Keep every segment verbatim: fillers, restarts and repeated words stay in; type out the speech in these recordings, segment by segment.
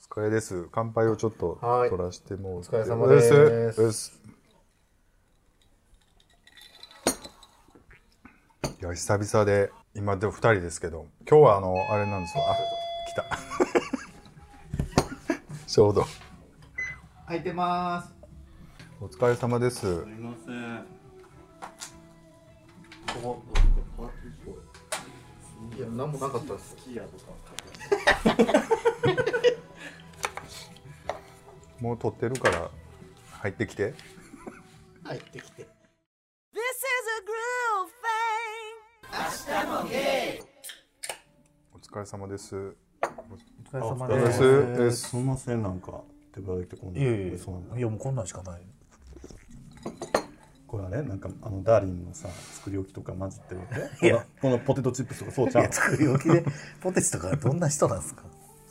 疲れです。乾杯をちょっと取らせても、 お疲れ様です。 です。いや久々で今でもふたりですけど、今日はあのあれなんですよ。あ、来た。ちょうど。 開いてます。 お疲れ様です。すみません。ここいや何もなかったです。 スキヤとか。 もう撮ってるから入ってきて。 入ってきて。 This is a groove thing. 明日もゲイ。 お疲れ様です。 お疲れ様お疲れ様です。 です。 すみません、なんか手ぶらで来てこんな。 いやいやいや、 そうなんだ。 いやもうこんなんしかない。 これはね、なんかあのダーリンのさ作り置きとか混じってるわけ。 いやこのポテトチップスとかそうちゃう。 作り置きでポテチとかどんな人なんですか。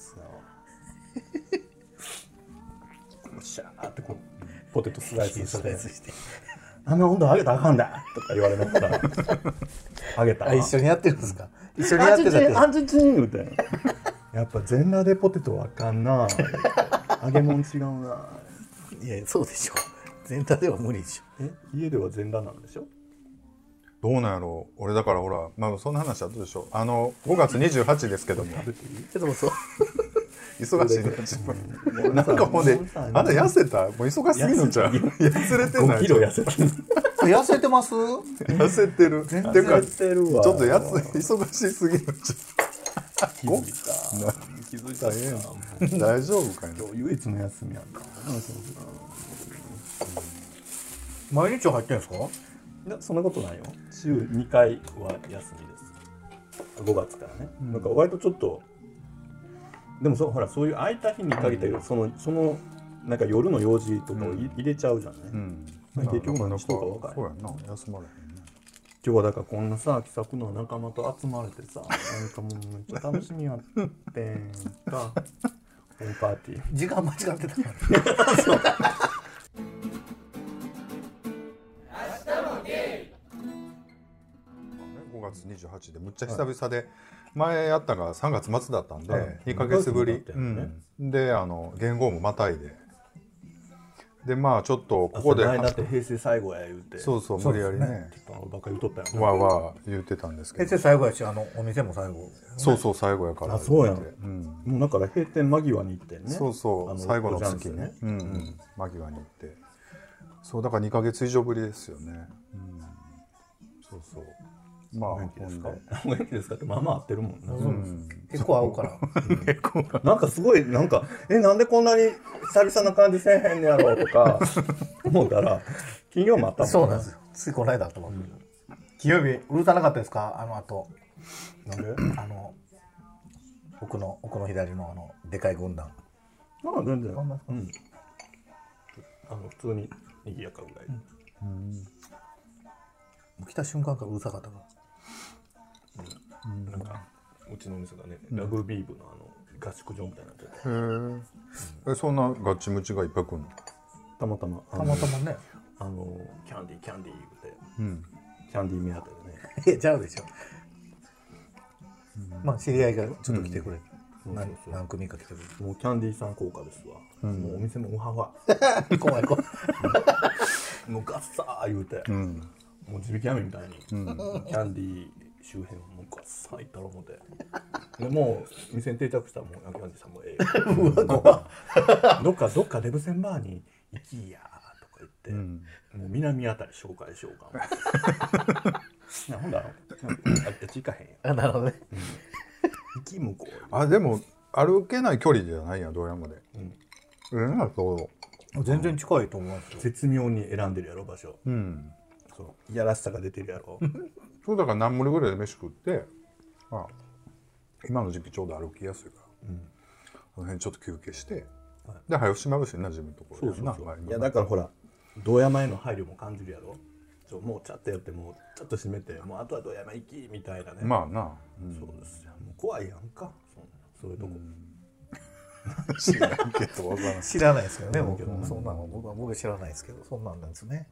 シャーってこうポテトスライススライスしてして。 あの温度上げたらあかんだとか言われながら上げたあ、一緒にやってるんですか。一緒にやってたって。 アンチチンみたいな。やっぱ全裸でポテトはあかんな。揚げ物違うな。 いやそうでしょ。全体では無理でしょ。 え、家では全裸なんでしょ。 どうなんやろう。俺だからほら、まあそんな話あったでしょ。あのごがつにじゅうはちですけども。 ちょっともうそう。 忙しいね自分。なんかほんで、あんた痩せた？もう忙しすぎるんちゃう？痩れてない。 ごキロ痩せた。 痩せてます。 痩せてる。 全然ていうか痩せてるわ。 ちょっとやつ忙しすぎるんちゃう？ 気づいた。気づいた。ええな。 大丈夫かいな。 唯一の休みやんか。 毎日入ってんですか。 いや、そんなことないよ。週にかいは休みです。ごがつからね。なんか割とちょっと。でもそほらそういう空いた日に限ったけど、そのそのなんか夜の用事とかをい、入れちゃうじゃんね。うん、結局何しとるか分からない。 そうやな、休まれへんね。 今日はだからこんなさ気さくな仲間と集まれてさ、なんかもうめっちゃ楽しみやってんか。ホームパーティー。 時間間違ってたから。そう。 ごがつにじゅうはちでむっちゃ久々で、前やったがさんがつ末だったんでにかげつぶり、うん、であの元号もまたいででまあちょっとここで前だって平成最後や言うて、 そうそう無理やりねばっかり言うとったよね。 わわ言うてたんですけど、 平成最後やし、あのお店も最後。 そうそう最後やから。 あ、そうやん。もうだから閉店間際に行ってね。 そうそう最後の月ね、うん間際に行って、そうだからにかげつ以上ぶりですよね。そうそう。まあ、 お元気ですか？お元気ですかってまあまあ合ってるもんね。 結構合うから。 なんかすごいなんかえなんでこんなに久々な感じせえへんねやろうとか思ったら金曜もあったもん。 そうなんですよ。ついこの間と思って。金曜日うるさなかったですか？あの後。 なんで？ あの奥の奥の左のあのでかい軍団。 ああ全然。うん。あの普通に賑やかぐらい。うん。 来た瞬間からうるさかったから。 うん、なんかうちのお店がね、うん、ラグビー部のあの合宿場みたいになってて、へえ、えそんなガッチムチがいっぱい来るの？ たまたまたまたまね、 あのキャンディーキャンディー言うて、うん、キャンディー目当てでね。 いやちゃうでしょ、うん、まあ知り合いがちょっと来てくれて、うん、何, 何組か来てくれて、 もうキャンディーさん効果ですわ、うん、もうお店もウハウハ怖い怖いもうガッサー言うて、うん、もう地引き網みたいに、うん、キャンディー周辺をもうガッサーいったろ思ってでもう店に定着したらもうキャンディーさんもええどっかどっかデブセンバーに行きやとか言って、うん、もう南あたり紹介しようかなほんだろあっち行かへんやん。あ、なるほどね、 うん、行き向こうあでも歩けない距離じゃないやどうやまで、うん、えそう全然近いと思いますよ。 絶妙に選んでるやろ場所、うん、そういやらしさが出てるやろそうだから何盛りぐらいで飯食って、まあ、今の時期ちょうど歩きやすいから、うん、この辺ちょっと休憩して、はい、で早く島口にな自分のところでな。 そうそうそういやだからほら堂山への配慮も感じるやろ。ちょもうちゃっとやってもうちょっと閉めてもうあとは堂山行きみたいなね。 まあな、 うん、そうですよ。もう怖いやんか そ, そういうとこ、 うん、知らんけどわからん知らないですけどね僕もそんなの僕は僕は知らないですけどそんなんなんですね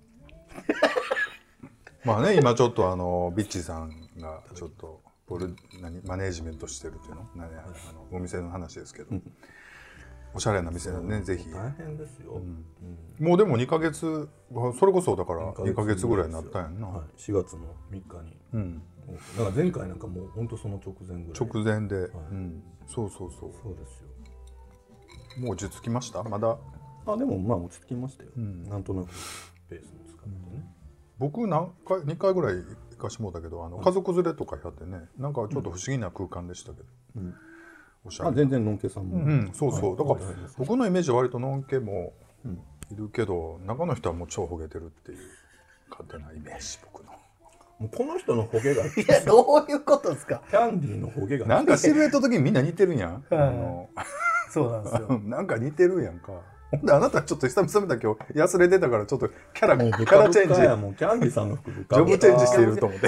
まあね今ちょっとあのビッチーさんがちょっとボル何マネージメントしてるっていうの、何あのお店の話ですけど、 おしゃれな店だね、ぜひ。 大変ですよ、うんうん、もうでもにかげつ、それこそだからにかげつぐらいになったんやんな、 はい、しがつのみっかに、 うん、 だから前回なんかもう本当その直前ぐらい直前で、 はい、 うん、そうそうそうそうですよ。 もう落ち着きました？まだ？ あ、でもまあ落ち着きましたよ、 うん、 なんとなくペースも使ってね、うん、 僕何回にかいぐらい行かしてもらったけど、あの家族連れとかやってね、なんかちょっと不思議な空間でしたけど、うん、おしゃれ。 あ、全然のんけさんも、 うん、そうそう、だから僕のイメージは割とのんけもいるけど、中の人はもう超ほげてるっていう勝手なイメージ、僕の。 もうこの人のほげがいや、どういうことですか？ キャンディーのほげがなんかシルエット的にみんな似てるやん。あのそうなんですよ。 なんか似てるやんか。ほんであなたちょっと久々見たけど安れてたからちょっとキャラもうキャラチェンジ、 もうキャンディーさんの服ジョブチェンジしていると思って。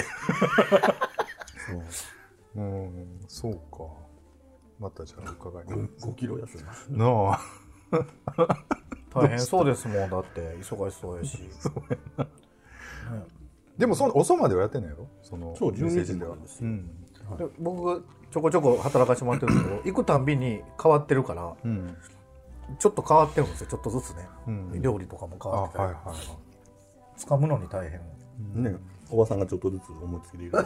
そう、うん、そうか。またじゃあ伺います。 ごキロ痩せます、 ね。なあ。 大変そうですもん、だって忙しそうやし。ね、 でもその遅まではやってないやろ？そのそう、じゅうにじではですよ。 うんはい、で僕がちょこちょこ働かせてもらってるんですけど、行くたんびに変わってるから、うん、ちょっと変わってるんですよ、ちょっとずつね、うん、料理とかも変わってたり、はいはいはい、掴むのに大変、 うん、ね、おばさんがちょっとずつ思いつきでいる、うん、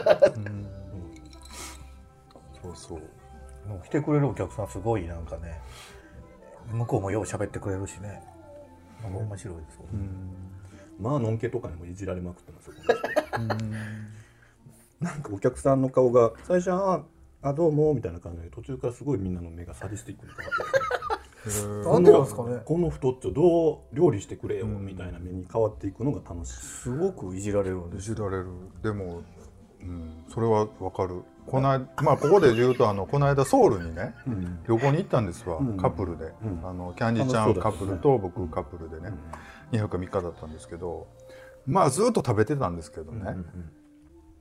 そうそう、 もう来てくれるお客さんすごいなんかね、向こうもよう喋ってくれるしね、なんか面白いですよ、うん、 まあのんけとかにもいじられまくってますよ、この人。うん、なんかお客さんの顔が最初はあどうもみたいな感じで、途中からすごいみんなの目がサディスティックに変わってなんでなんですかね。 この太っちょどう料理してくれよみたいな目に変わっていくのが楽しい。 すごくいじられるんです。 いじられる。でも、うん、それはわかる。この間、まあここで言うとあのこの間ソウルにね、うん、旅行に行ったんですわ、うん、カップルで、うん、あのキャンディちゃんカップルと僕カップルでね、にはくみっかだったんですけど、まあずっと食べてたんですけどね。うんうんうん、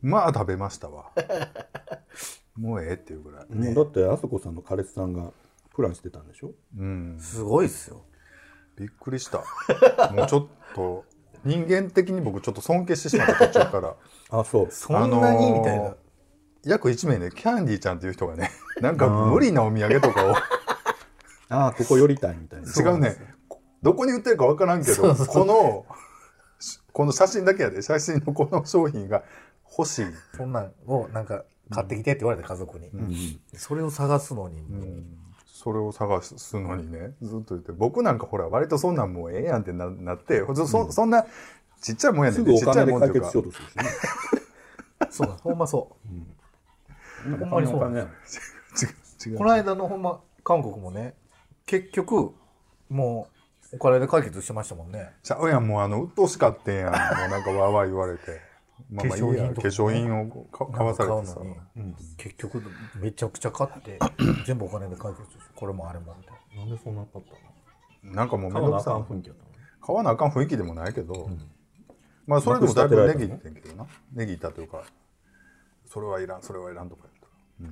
まあ食べましたわ。もうええっていうぐらい、 ね、だってあそこさんの彼氏さんがプランしてたんでしょ、 うん、すごいっすよ。 びっくりした。もうちょっと人間的に僕ちょっと尊敬してしまった途中からあ、そう、 そんなにみたいな。 約いちめいね、キャンディーちゃんっていう人がね、なんか無理なお土産とかをああ、ここ寄りたいみたいな。 違うね、どこに売ってるか分からんけど、そうそう、このこの写真だけやで、写真のこの商品が欲しい、 そんなんをなんか買ってきてって言われて家族に、うん、それを探すのに、うん、 それを探すのにね、ずっと言って、僕なんかほら割とそんなんもうええやんって な, なって、そ, そ, そんなちっちゃいもんやねん、 すぐお金で解決しようとするしね。 そうだ、ほんまそう、うん、ほんまにそうね。違う違う。この間のほんま韓国もね、結局もうお金で解決してましたもんね。 ちゃうやん、もうあの鬱陶しかってんやん、もうなんかわーわー言われて。まあまあいいや、化粧品を買わされてさ、 うん、結局めちゃくちゃ買って全部お金で解決して、これもあれもみたいな。 なんでそんな買ったの？なんかもうめんどくさい。 買わなあかん雰囲気やったの？ 買わなあかん雰囲気でもないけど、うん、まあそれでもだいぶネギってんけどな、ネギいたというか、それはいらん、それはいらんとか言った、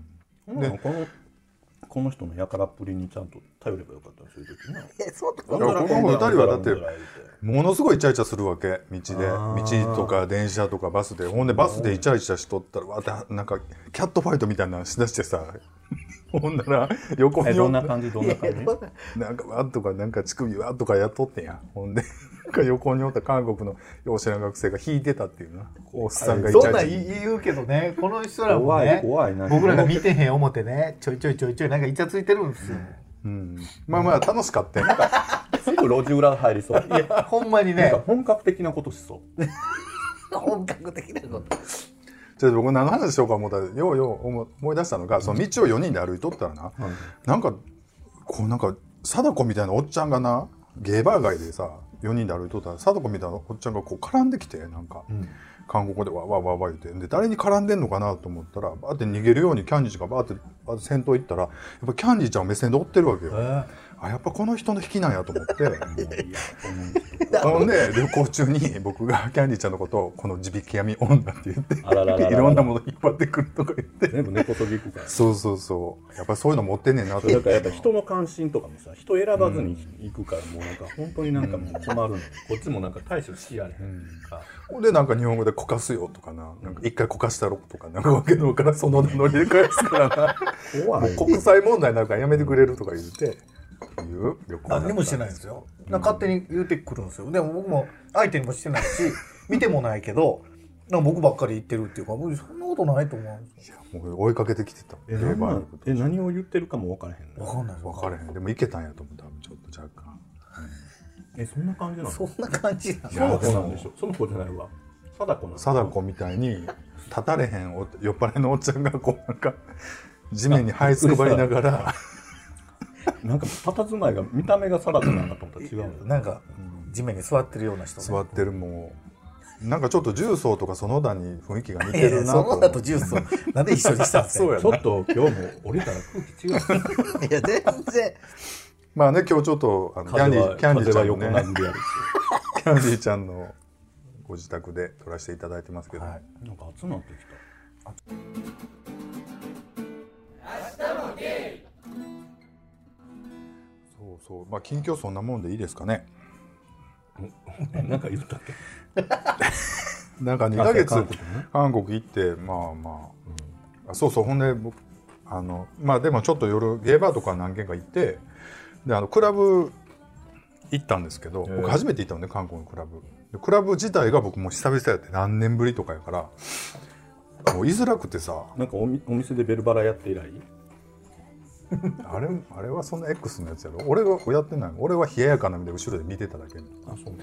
うん、でこのこの人のやからっぷりにちゃんと頼ればよかったりする時に。 え、そうだ。 このふたりはだってものすごいイチャイチャするわけ、道で、道とか電車とかバスで、ほんでバスでイチャイチャしとったらわーってなんかキャットファイトみたいなのしだしてさ、ほんなら横にどんな感じどんな感じなんかわーとかなんか乳首わーとかやっとってんやん。ほんでなんか横におった韓国のよう知らん学生が引いてたっていうな、おっさんがイチャイチャ。 そんなん言うけどね、この人らもね、怖い怖い、僕らが見てへん思ってね、ちょいちょいちょいちょいなんかイチャついてるんですよ。 うん、まあまあ楽しかったよ。なんかすぐ路地裏入りそう。 いやほんまにね、 なんか本格的なことしそう。 本格的なこと。 じゃあ僕何の話しようか思ったら、ようよう思い出したのが、その道をよにんで歩いとったらな、うん、なんかこうなんか貞子みたいなおっちゃんがな、ゲーバー街でさよにんで歩いとったら貞子みたいなおっちゃんがこう絡んできて、なんか、うん、韓国語でわわわわ言って、で誰に絡んでんのかなと思ったら、バーって逃げるようにキャンディーちゃんがバーってバーって先頭行ったら、やっぱキャンディーちゃん目線で追ってるわけよ。あ、やっぱこの人の引きなんやと思って。ほんで旅行中に僕がキャンディーちゃんのことをこの地引き網女って言って、いろんなもの引っ張ってくるとか言って、 全部根こそぎいくから、ね、 そうそうそう、やっぱりそういうの持ってんねんなと思って。だからやっぱ人の関心とかもさ、人選ばずに行くから、もうなんか本当になんかもう困るの、うん、こっちもなんか大将好きやねんか、 うん、でなんか日本語でこかすよとかな、なんか一回こかしたろとかなんかわけのわからんそのノリで返すからな、もう国際問題なんかやめてくれるとか言って、 いう旅行何にもしてないんですよ。なんか勝手に言うてくるんですよ。でも僕も相手にもしてないし見てもないけどなんか僕ばっかり言ってるっていうか僕そんなことないと思うんですよ。 いやもう追いかけてきてた。 え何なえ何を言ってるかも分からへんの。 分かんないです分からへん。でもいけたんやと思ったちょっと若干。 えそんな感じなの。 そんな感じなの。 その子なんでしょ。その子じゃないわ。貞子なの。 貞子みたいに立たれへんお酔っ払いのおっちゃんがこうなんか地面に這いつくばりながらなんか佇まいが見た目が貞子なんだと思ったら違うの。 なんか地面に座ってるような人、ね、 座ってるもうなんかちょっと重曹とか園田に雰囲気が似てるなと思そのだとジュースをなんで一緒にしたんですか。 そうやちょっと今日も降りたら空気違う。 いや全然まあね今日ちょっとあのキャンディーキャンディーちゃんのね風は横殴りやるしキャンディーちゃんのご自宅で撮らせていただいてますけど、はい、 なんか暑なってき明日もゲイ。 そうそうまあ近況そんなもんでいいですかね。 た。なんか言ったっけ。 なんかにかげつ韓国ね韓国行ってまあまあ、うん、そうそうほんで僕あのまあでもちょっと夜ゲーバーとか何軒か行ってであのクラブ行ったんですけど、僕初めて行ったのね韓国のクラブでクラブ自体が僕もう久々やって何年ぶりとかやからもう居づらくてさなんかおみお店でベルバラやって以来。 あれあれはそんな X のやつやろ。俺がやってない俺は冷ややかな目で後ろで見てただけ。 あそうなの。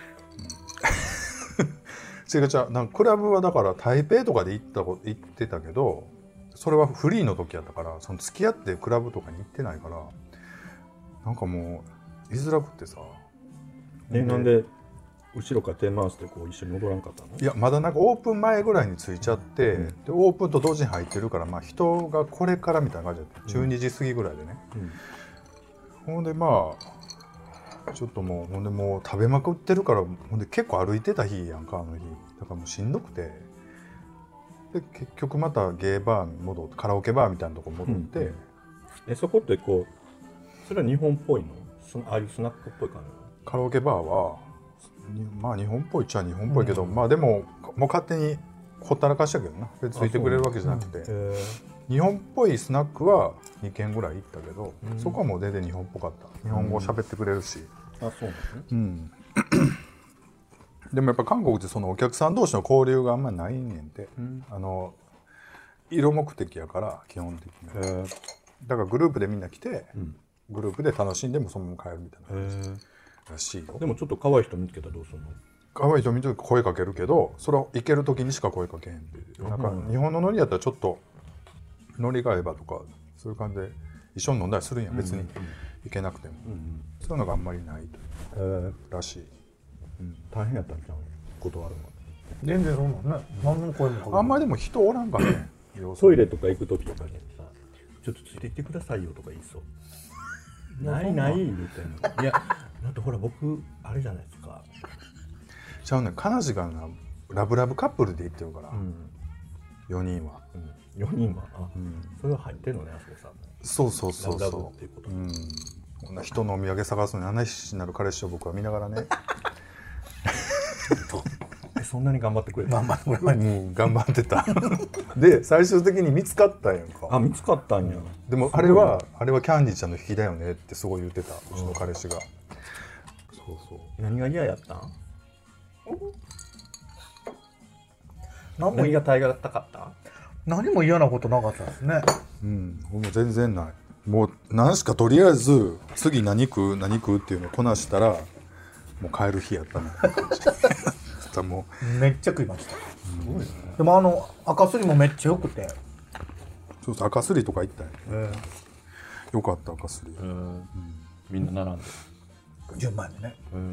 違う違うなんかクラブはだから台北とかで行った行ってたけどそれはフリーの時やったからその付き合ってクラブとかに行ってないからなんかもう居づらくってさ。 えなんで後ろから手回してこう一緒に踊らんかったの。 いやまだなんかオープン前ぐらいに着いちゃって、うん、でオープンと同時に入ってるからまあ人がこれからみたいな感じだった、うん、じゅうにじ過ぎぐらいでね、うん、ほんでまあちょっともうほんでもう食べまくってるからほんで結構歩いてた日やんかあの日だからもうしんどくてで結局またゲーバーに戻ってカラオケバーみたいなとこ戻って、うん、 えそこってこうそれは日本っぽいのああいうスナックっぽい感じ。 カラオケバーはまあ日本っぽいっちゃ日本っぽいけど、うん、まあでももう勝手にほったらかしたけどな別についてくれるわけじゃなくて、うん、日本っぽいスナックはにけんぐらい行ったけど、うん、そこはもう全然日本っぽかった日本語喋ってくれるし、 うん、あそうなんですね、 うん、でもやっぱ韓国ってそのお客さん同士の交流があんまりないねんて、うん、あの色目的やから基本的にだからグループでみんな来て、うん、グループで楽しんでもそのまま帰るみたいな感じらしいよ。 でもちょっと可愛い人見つけたらどうするの。 可愛い人見て声かけるけどそれは行ける時にしか声かけへんって、うん、なんか日本のノリやったらちょっとノリが合えばとかそういう感じで一緒に飲んだりするんや別に行けなくても、うんうん、そういうのがあんまりないと、えー、らしい、 うん、大変やったんちゃう断るの。 全然そんなんね何の声もかけない。 あんまりでも人おらんからねトイレとか行く時とかにさちょっとついてきてくださいよとか言いそうないないみたいな。いやだってほら僕あれじゃないですかちゃうねかなじがなラブラブカップルで行ってるから、うん、よにんは、 うん、よにんはあ、うん、それは入ってるのねあそこさんも。 そうそうそうそうラブラブっていうこと、うん、 こんな人のお土産探すのにあんな必死になる彼氏を僕は見ながらねそんなに頑張ってくれた。 頑張ってもう頑張ってたで最終的に見つかったんやんか。 あ見つかったんや、うん、 でもあれはあれはキャンディーちゃんの引きだよねってすごい言ってたうちの彼氏が。そうそう何が嫌やったん。何何が大変たかった。 何も嫌なことなかったですね。 うんもう全然ない。もう何しかとりあえず次何食う何食うっていうのをこなしたらもう帰る日やったみたいな感じもうめっちゃ食いました、うん、でもあの赤すりもめっちゃよくて。 そうそう赤すりとか行ったよ、えー、よかった赤すり、えーうん、 みんな並んで順番にね、 えーうん、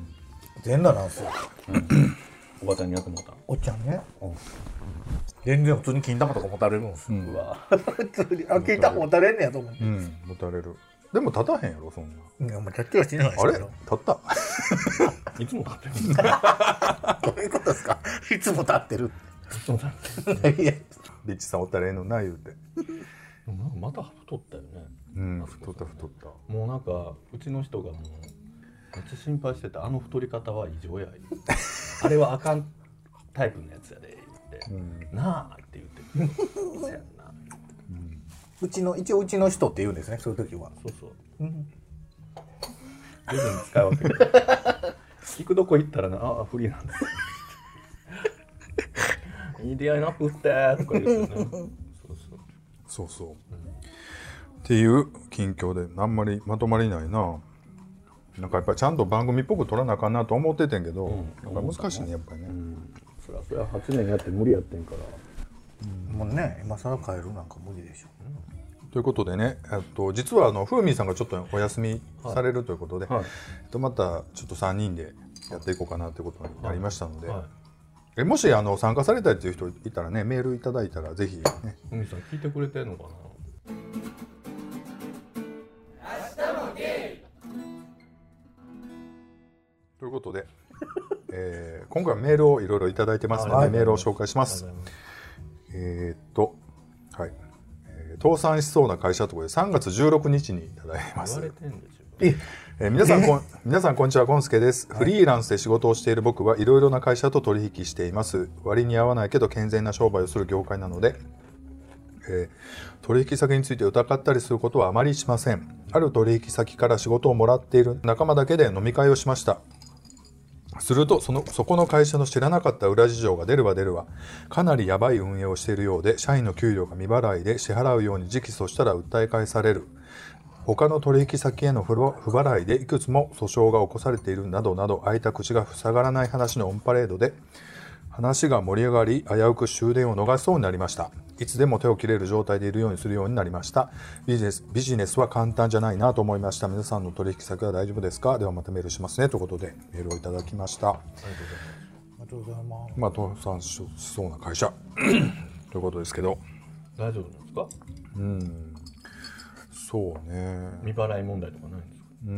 全裸なんですよ、 うん、おばちゃんにやってもらったおっちゃんね、うん、全然普通に金玉とか持たれるんですよ、うん、うわ普通にあ金玉持たれんねやと思って、 うん、持たれる。でも立たへんやろそんな。 いやもう立ってはしてないですけど。 あれ立ったいつも立ってるどういうことですか。いつも立ってるいつも立ってるいやリッチさんおったらええのな言うてまた太ったよね。 うん太った太った。 もうなんかうちの人がもうめっちゃ心配してた。あの太り方は異常やあれはあかんタイプのやつやで言って、うん、なあって言ってそうやんな、 うん、うちの一応うちの人って言うんですねそういう時は。 そうそう、うん、 徐々に使い分けて行くどこ行ったらな、ああフリーなんだいい出会いなくってーとか言ってねそうそうそうそう、うん、っていう近況であんまりまとまりないな。なんかやっぱりちゃんと番組っぽく撮らなあかんなと思っててんけど、うん、なんか難しいねやっぱりね、うん、 そりゃそりゃはちねんやって無理やってんから、 うん、もうね今更変えるなんか無理でしょ、 うん、ということでね、えっと、実はあのふうみんさんがちょっとお休みされるということで、はいはい、えっと、またちょっとさんにんでやっていこうかなということになりましたので、はいはい、えもしあの参加されたいという人いたらねメールいただいたらぜひね。 ふうみんさん聞いてくれてんのかな。 ということで、えー、今回はメールをいろいろいただいてますので、メールを紹介します。えー、っと、はい、えー、倒産しそうな会社ところでさんがつじゅうろくにちにいただいてます。 言われてんでしょ。 ええー、皆さんこん皆さんこんにちは、ゴンスケです。フリーランスで仕事をしている僕はいろいろな会社と取引しています。割に合わないけど健全な商売をする業界なので、えー、取引先について疑ったりすることはあまりしません。ある取引先から仕事をもらっている仲間だけで飲み会をしました。するとそのそこの会社の知らなかった裏事情が出るわ出るわ、かなりやばい運営をしているようで、社員の給料が未払いで支払うように直訴したら訴え返される、他の取引先への不払いでいくつも訴訟が起こされているなどなど、開いた口が塞がらない話のオンパレードで、話が盛り上がり危うく終電を逃しそうになりました。いつでも手を切れる状態でいるようにするようになりました。ビジネス、ビジネスは簡単じゃないなと思いました。皆さんの取引先は大丈夫ですか。ではまたメールしますねということでメールをいただきました。ありがとうございます。 まあ倒産しそうな会社ということですけど、 大丈夫なんですか。 うん、そうね。 未払い問題とかないんですか。 うん、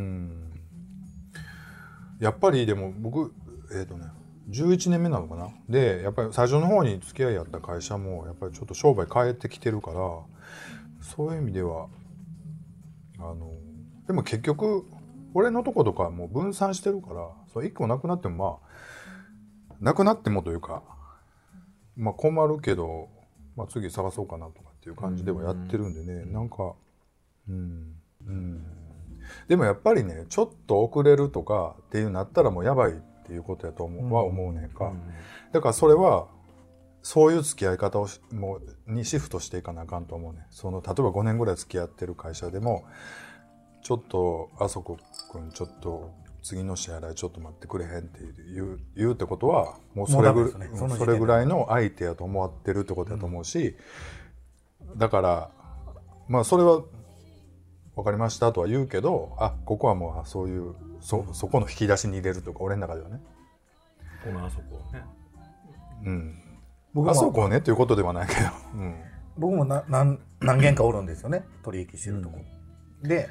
やっぱりでも僕えっ、ー、とねじゅういちねんめなのかな。でやっぱり最初の方に付き合いあった会社もやっぱりちょっと商売変えてきてるから、そういう意味ではあのでも結局俺のとことかもう分散してるから、そういっこなくなってもまあなくなってもというか、まあ困るけど、まあ、次探そうかなとかっていう感じではやってるんでね、うん、なんかうんうんでもやっぱりねちょっと遅れるとかっていうなったらもうやばいっていうことやと思う、うん、は思うねんか、うん、だからそれはそういう付き合い方をもうにシフトしていかなあかんと思うね。その例えばごねんぐらい付き合ってる会社でもちょっとあそこくんちょっと次の支払いちょっと待ってくれへんって言う、言うってことはもうそれぐらい、ね、そ, それぐらいの相手やと思ってるってことやと思うし、うん、だからまあそれは分かりましたとは言うけど、あここはもうそういう そ, そこの引き出しに入れるとか俺の中ではね、 このあそこをね、 うん、僕あそこをねっていうことではないけど、うん、 僕もな 何, 何件かおるんですよね取引してるとこ、うん、で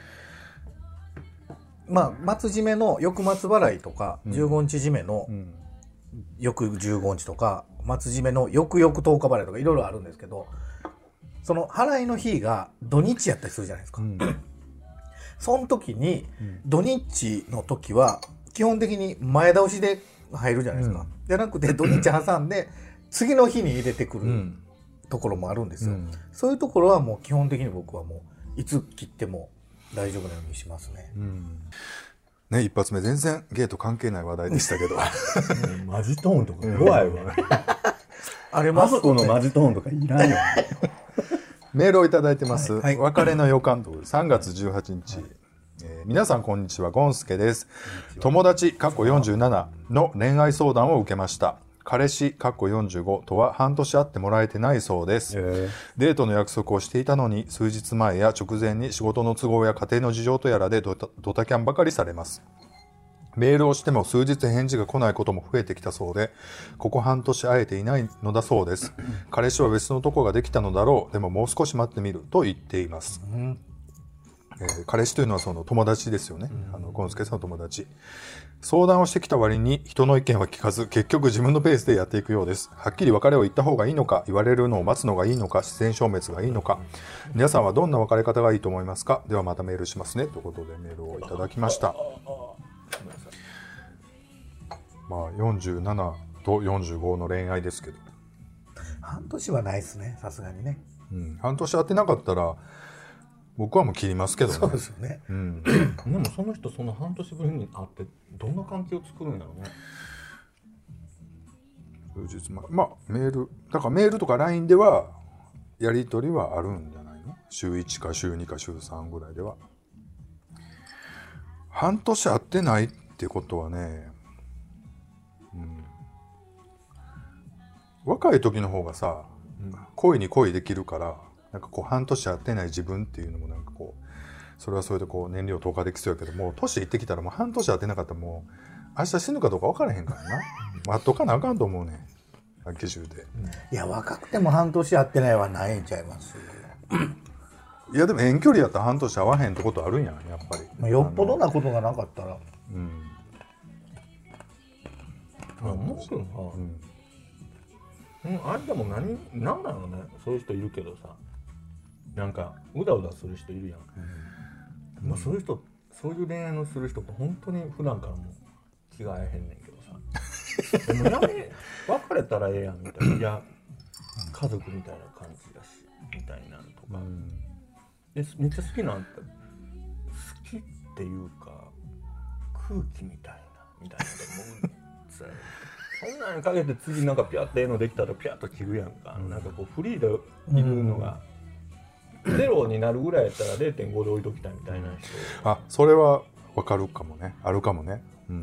まあ末締めの翌末払いとか、うん、じゅうごにち締めの翌じゅうごにちとか末締めの翌々とおか払いとかいろいろあるんですけど、その払いの日が土日やったりするじゃないですか、うん、その時に土日の時は基本的に前倒しで入るじゃないですか、うん、じゃなくて土日挟んで次の日に入れてくるところもあるんですよ、うん、そういうところはもう基本的に僕はもういつ切っても大丈夫なようにしますね、うん、 ね一発目全然ゲート関係ない話題でしたけどマジトーンとか怖いわあれマスコのマジトーンとかいらんよメールをいただいてます、はいはい、別れの予感とさんがつじゅうはちにち、はい、えー、皆さんこんにちは、ゴンスケです。友達過去よんじゅうななの恋愛相談を受けました。彼氏過去よんじゅうごとは半年会ってもらえてないそうです、えー、デートの約束をしていたのに数日前や直前に仕事の都合や家庭の事情とやらでドタ、ドタキャンばかりされます。メールをしても数日返事が来ないことも増えてきたそうで、ここ半年会えていないのだそうです。彼氏は別のとこができたのだろう、でももう少し待ってみると言っています、うん、えー、彼氏というのはその友達ですよね、うん、あのゴンスケさんの友達。相談をしてきた割に人の意見は聞かず、結局自分のペースでやっていくようです。はっきり別れを言った方がいいのか、言われるのを待つのがいいのか、自然消滅がいいのか、皆さんはどんな別れ方がいいと思いますか。ではまたメールしますねということでメールをいただきました。まあよんじゅうななとよんじゅうごの恋愛ですけど、 半年はないですね、さすがにね、 うん、半年会ってなかったら僕はもう切りますけどね。 そうですよね、 うん、 でもその人その半年ぶりに会ってどんな関係を作るんやろうね。 まあ、まあ、メールだからメールとか ライン ではやり取りはあるんじゃないの。週いちか週にか週さんぐらいでは。半年会ってないってことはね、うん、若い時の方がさ、うん、恋に恋できるから、なんかこう半年会ってない自分っていうのもなんかこうそれはそれでこう燃料投下できそうやけども、年いってきたらもう半年会ってなかったらもう明日死ぬかどうか分からへんからな。待っとかなあかんと思うねん。秋中で、 うん、いや若くても半年会ってないはないんちゃいます。 いやでも遠距離やったら半年会わへんってことあるんやん、やっぱり。 まあ、よっぽどなことがなかったら。 うん。 あ、もうくんは、うん、うん、あんたも何なんだろうね。そういう人いるけどさ、なんかうだうだする人いるやん。うん、まあそういう人、そういう恋愛のする人って本当に普段からも気が合えへんねんけどさ。でもやめ別れたらええやんみたいな、いや家族みたいな感じだしみたいなのとか、うん、でめっちゃ好きなんて好きっていうか空気みたいなみたいなと思うそんなにかけて次なんかピャッてええのできたらピャッと切るやんか、うん、なんかこうフリーでいるのが、うん、ゼロになるぐらいやったら れいてんご で置いときたいみたいな人、 あ、それは分かるかもね、あるかもね、うん、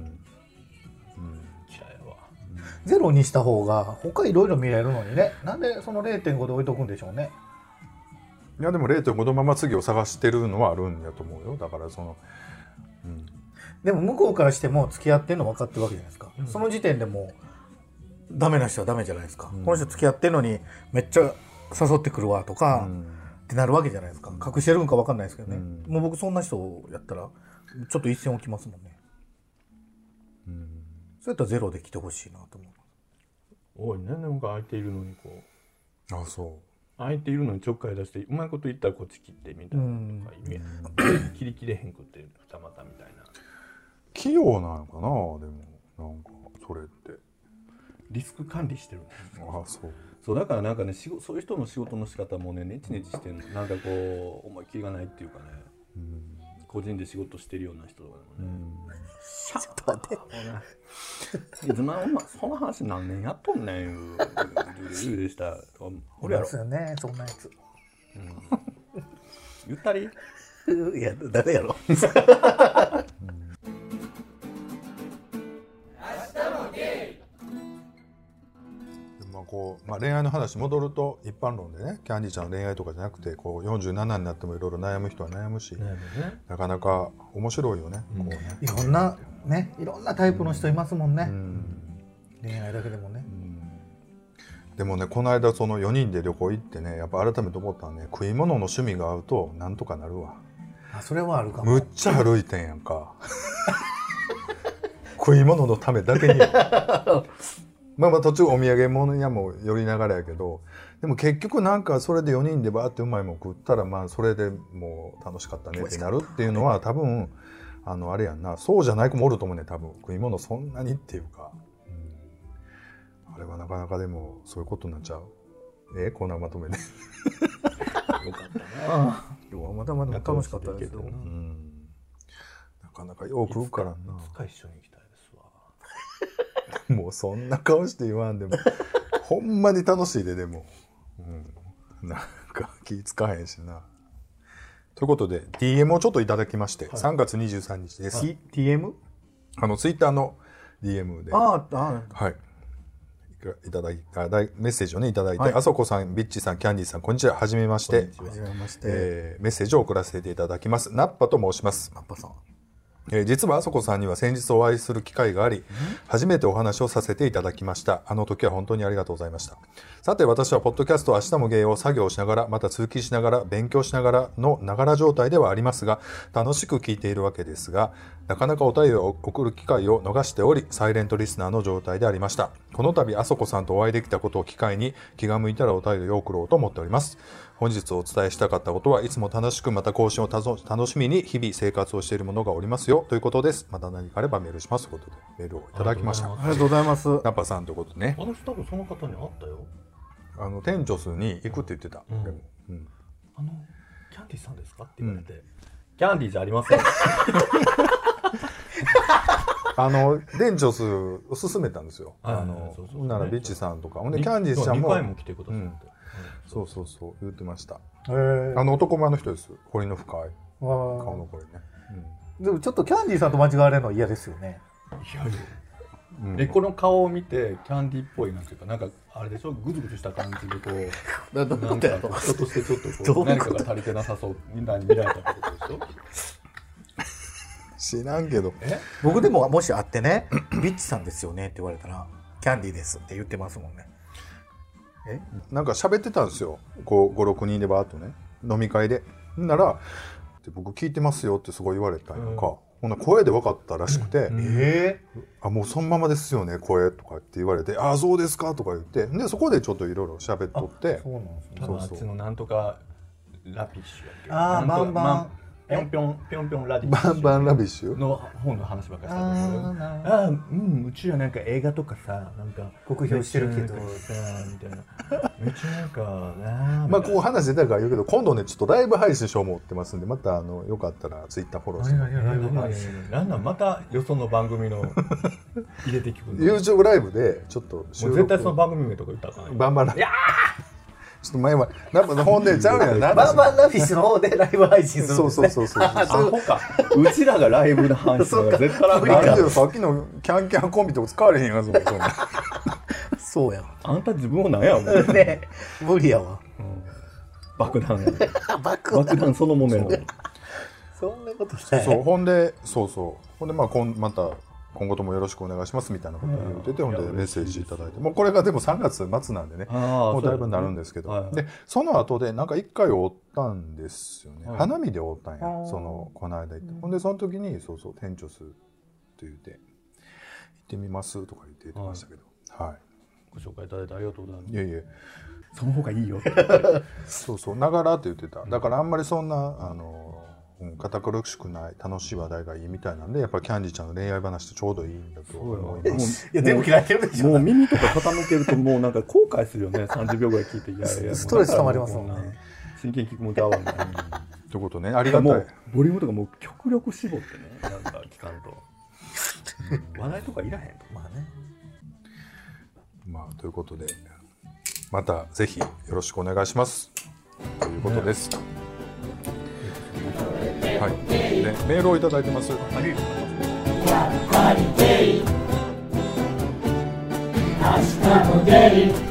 ゼロにした方が他いろいろ見れるのにね、なんでその れいてんご で置いとくんでしょうね。 いやでも れいてんご のまま次を探してるのはあるんやと思うよ。だからその、 うん、でも向こうからしても付き合ってんの分かってるわけじゃないですか、うん、その時点でもうダメな人はダメじゃないですか、うん、この人付き合ってんのにめっちゃ誘ってくるわとか、うん、ってなるわけじゃないですか。隠してるんか分かんないですけどね、うん、もう僕そんな人やったらちょっと一線置きますもんね、うん、そうやったらゼロで来てほしいなと思う。 多いね。なんか空いているのにこう、あ、そう空いているのにちょっかい出してうまいこと言ったらこっち切ってみたいなのとかいるやん。切り切れへんくって二股みたいな。 器用なのかな。でもなんかそれってリスク管理してるんです。 あ、そうそうだからなんかね、そういう人の仕事の仕方もね、ネチネチしてるの。なんかこう思い切りがないっていうかね、うん、個人で仕事してるような人とかでもね、 ちょっと待っていつまその話何年やっとんねんいうでした俺やろよね、そんなやつ、 うん、言ったりいや誰やろまあこうまあ、恋愛の話戻ると一般論でね、キャンディーちゃんの恋愛とかじゃなくてこうよんじゅうななになってもいろいろ悩む人は悩むし、ね、なかなか面白いよね、うん、こうねいろんなね、いろんなタイプの人いますもんね、うん、恋愛だけでもね、 うん、でもねこの間そのよにんで旅行行ってね、やっぱ改めて思ったのはね、食い物の趣味が合うとなんとかなるわ。 あ、それはあるかも。 むっちゃ歩いてんやんか食い物のためだけにまあまあ途中お土産物屋も寄りながらやけど、でも結局なんかそれでよにんでバーってうまいもん食ったら、まあそれでもう楽しかったねってなるっていうのは多分あのあれやんな、そうじゃない子もおると思うね。多分食い物そんなにっていうか、うん、あれはなかなかでもそういうことになっちゃう。えー、こんなまとめでよかったな。 今日はまだまだ楽しかったですけど、うん、 なかなかよく食うからな。いつか一緒に行きたいですわもうそんな顔して言わんでもほんまに楽しいで。でも、うん、なんか気つかへんしな。ということで ディーエム をちょっといただきまして、はい、さんがつにじゅうさんにちです。 ディーエム？ あのツイッターの ディーエム で、 ああ、 はい、いただいたメッセージをねいただいて、はい、あそこさん、ビッチさん、キャンディーさん、こんにちは。はじめまして。 はじめまして、 えー、メッセージを送らせていただきます。ナッパと申します。 ナッパさん。 えー、実はあそこさんには先日お会いする機会があり、初めてお話をさせていただきました。あの時は本当にありがとうございました。さて、私はポッドキャスト明日も芸を作業しながら、また通勤しながら、勉強しながらのながら状態ではありますが、楽しく聞いているわけですが、なかなかお便りを送る機会を逃しており、サイレントリスナーの状態でありました。この度あそこさんとお会いできたことを機会に、気が向いたらお便りを送ろうと思っております。本日お伝えしたかったことはいつも楽しくまた更新を楽しみに日々生活をしている者がおりますよということです。また何かあればメールしますということでメールをいただきました。 ありがとうございます。ナッパさんということでね。 私多分その方に会ったよ。 あのテンチョスに行くって言ってた。 うんうん、あのキャンティスさんですかって言われて、うん、キャンディーじゃありませんあのデンチョスを勧めたんですよ。あのほんならビッチさんとかほんでキャンディーさんもにかいも来てくださって、うん、 そうそうそう言ってました。あの男前の人です。彫りの深い顔の声ね、 うん、でもちょっとキャンディーさんと間違われるのは嫌ですよね。 いやいや、うん、でこの顔を見てキャンディーっぽいなんていうかなんかあれでしょ、グズグズした感じでこうなんか人としてちょっとこう何かが足りてなさそうみんなに見られたってことでしょ。 知らんけど僕でももし会ってねビッチさんですよねって言われたらキャンディーですって言ってますもんね。 えなんか喋ってたんですよ、ごろくにんでバーっとね飲み会で。なら僕聞いてますよってすごい言われたんやんか、うん、ほんな声で分かったらしくて、うん、えー、あもうそのままですよね声とかって言われて、あそうですかとか言って、でそこでちょっといろいろ喋っとって、 そうなんですね。そうそう、あっちのなんとかラピッシュやっけ、 あバンバンぴょんぴょんぴょんぴょんラディッシュバンバンラビッシュの本の話ばっかりしたんですけど、ああうんうちらなんか映画とかさなんか酷評してるけどさみたいなめっちゃなんかなまあこう話出たから言うけど今度ねちょっとライブ配信しよう思ってますんで、またあのよかったらツイッターフォローしてもらって。 ライブ配信なんなんまたよその番組の入れてきくる YouTube ライブでちょっと収録絶対その番組名とか言ったらあかんよ。 バンバンラビッシュちょっと前はなんか本でちゃうやんバンバンラビッシュの方でライブ配信するんですね。 そうそうそうそうあそうかうちらがライブの配信が絶対ライブかさっきのキャンキャンコンビとか使われへんやつもんそうやあんた自分を何やもんね無理やわ、 うん、爆弾や爆弾爆弾そのものやそんなことない。 そうほんでそうそうほんでまあこんまた今後ともよろしくお願いしますみたいなことを言ってて、ほんでメッセージいただいて、もうこれがでもさんがつ末なんでねもうだいぶになるんですけど、でその後でなんかいっかい会ったんですよね、はい、花見で会ったんや、そのこの間行って、ほんでその時にそうそう店長すって言って行ってみますとか言って言ってましたけど、はい、はい、 ご紹介いただいてありがとうございます。 いえいえその方がいいよってそうそうながらって言ってた。だからあんまりそんなあの堅苦しくない楽しい話題がいいみたいなんで、やっぱりキャンディちゃんの恋愛話ってちょうどいいんだと思います。 いや全部嫌いてるでしょ。 もう耳とか傾けるともうなんか後悔するよね。さんじゅうびょうぐらい聞いていやいやストレス溜まりますもんね。 真剣に聞くもんと合わない。ということね、ありがたい。 ボリュームとかもう極力絞ってね、なんか聞かんと話題とかいらへんと。 まあね。 まあということでまたぜひよろしくお願いしますということです。ねはい、でメールをいただいてます。 やっぱりゲイ明日もゲイ